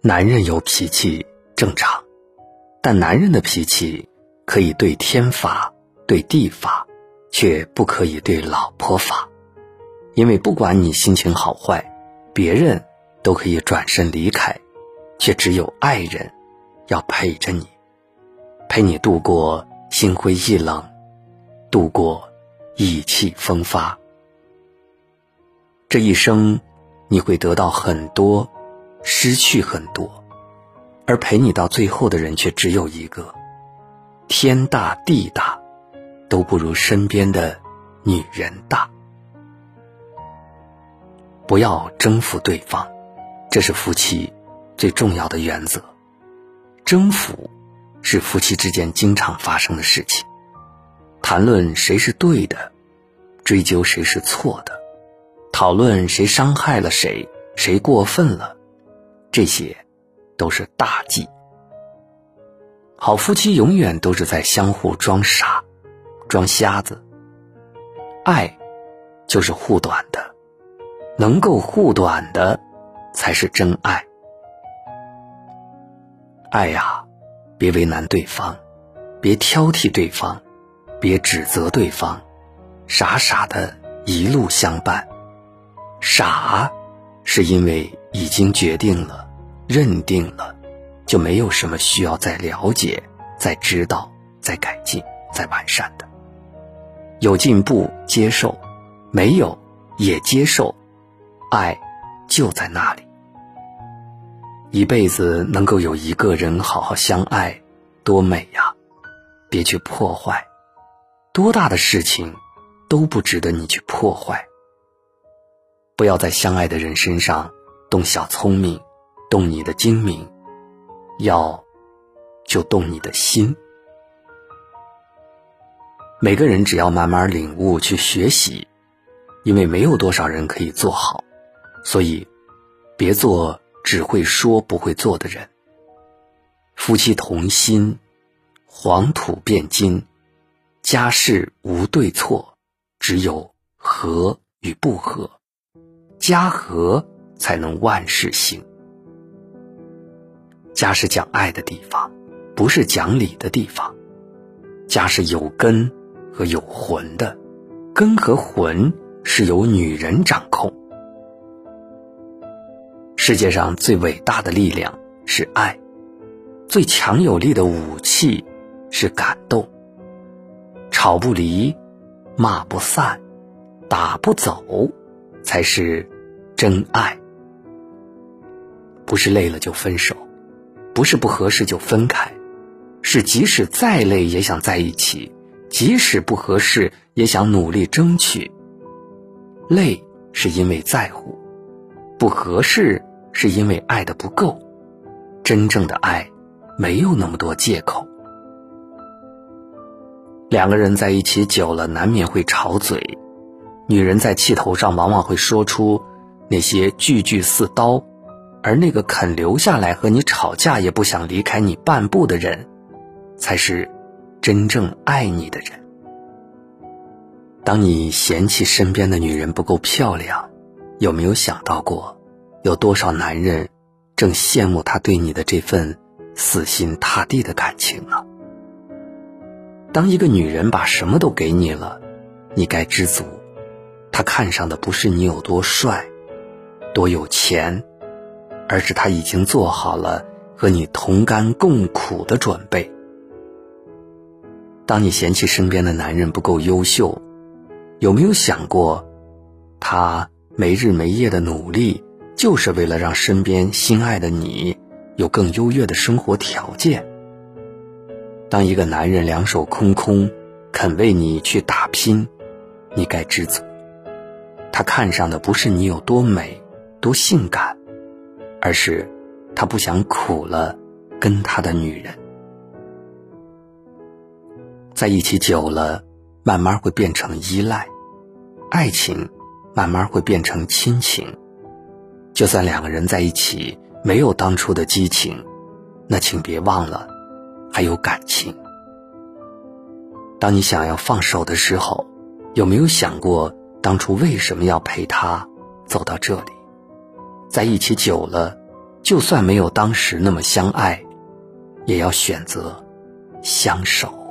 男人有脾气正常，但男人的脾气可以对天发，对地发，却不可以对老婆发。因为不管你心情好坏，别人都可以转身离开，却只有爱人要陪着你，陪你度过心灰意冷，度过意气风发。这一生你会得到很多，失去很多，而陪你到最后的人却只有一个。天大地大，都不如身边的女人大。不要征服对方，这是夫妻最重要的原则。征服是夫妻之间经常发生的事情，谈论谁是对的，追究谁是错的，讨论谁伤害了谁，谁过分了，这些都是大忌。好夫妻永远都是在相互装傻，装瞎子。爱就是护短的，能够护短的才是真爱。爱呀，别为难对方，别挑剔对方，别指责对方，傻傻的一路相伴。傻是因为已经决定了，认定了，就没有什么需要再了解，再知道，再改进，再完善的。有进步接受，没有也接受，爱就在那里。一辈子能够有一个人好好相爱，多美呀！别去破坏，多大的事情都不值得你去破坏。不要在相爱的人身上动小聪明，动你的精明，要就动你的心。每个人只要慢慢领悟去学习，因为没有多少人可以做好，所以别做只会说不会做的人。夫妻同心，黄土变金，家事无对错，只有和与不和，家和才能万事兴。家是讲爱的地方，不是讲理的地方。家是有根和有魂的，根和魂是由女人掌控。世界上最伟大的力量是爱，最强有力的武器是感动。吵不离，骂不散，打不走，才是真爱。不是累了就分手，不是不合适就分开，是即使再累也想在一起，即使不合适也想努力争取。累是因为在乎，不合适是因为爱的不够。真正的爱没有那么多借口。两个人在一起久了，难免会吵嘴。女人在气头上往往会说出那些句句似刀，而那个肯留下来和你吵架也不想离开你半步的人，才是真正爱你的人。当你嫌弃身边的女人不够漂亮，有没有想到过，有多少男人正羡慕她对你的这份死心塌地的感情呢？当一个女人把什么都给你了，你该知足。她看上的不是你有多帅，多有钱，而是她已经做好了和你同甘共苦的准备。当你嫌弃身边的男人不够优秀，有没有想过，他没日没夜的努力，就是为了让身边心爱的你有更优越的生活条件？当一个男人两手空空，肯为你去打拼，你该知足。他看上的不是你有多美多性感，而是他不想苦了跟他的女人。在一起久了，慢慢会变成依赖，爱情慢慢会变成亲情。就算两个人在一起没有当初的激情，那请别忘了还有感情。当你想要放手的时候，有没有想过当初为什么要陪他走到这里？在一起久了， 就算没有当时那么相爱，也要选择相守。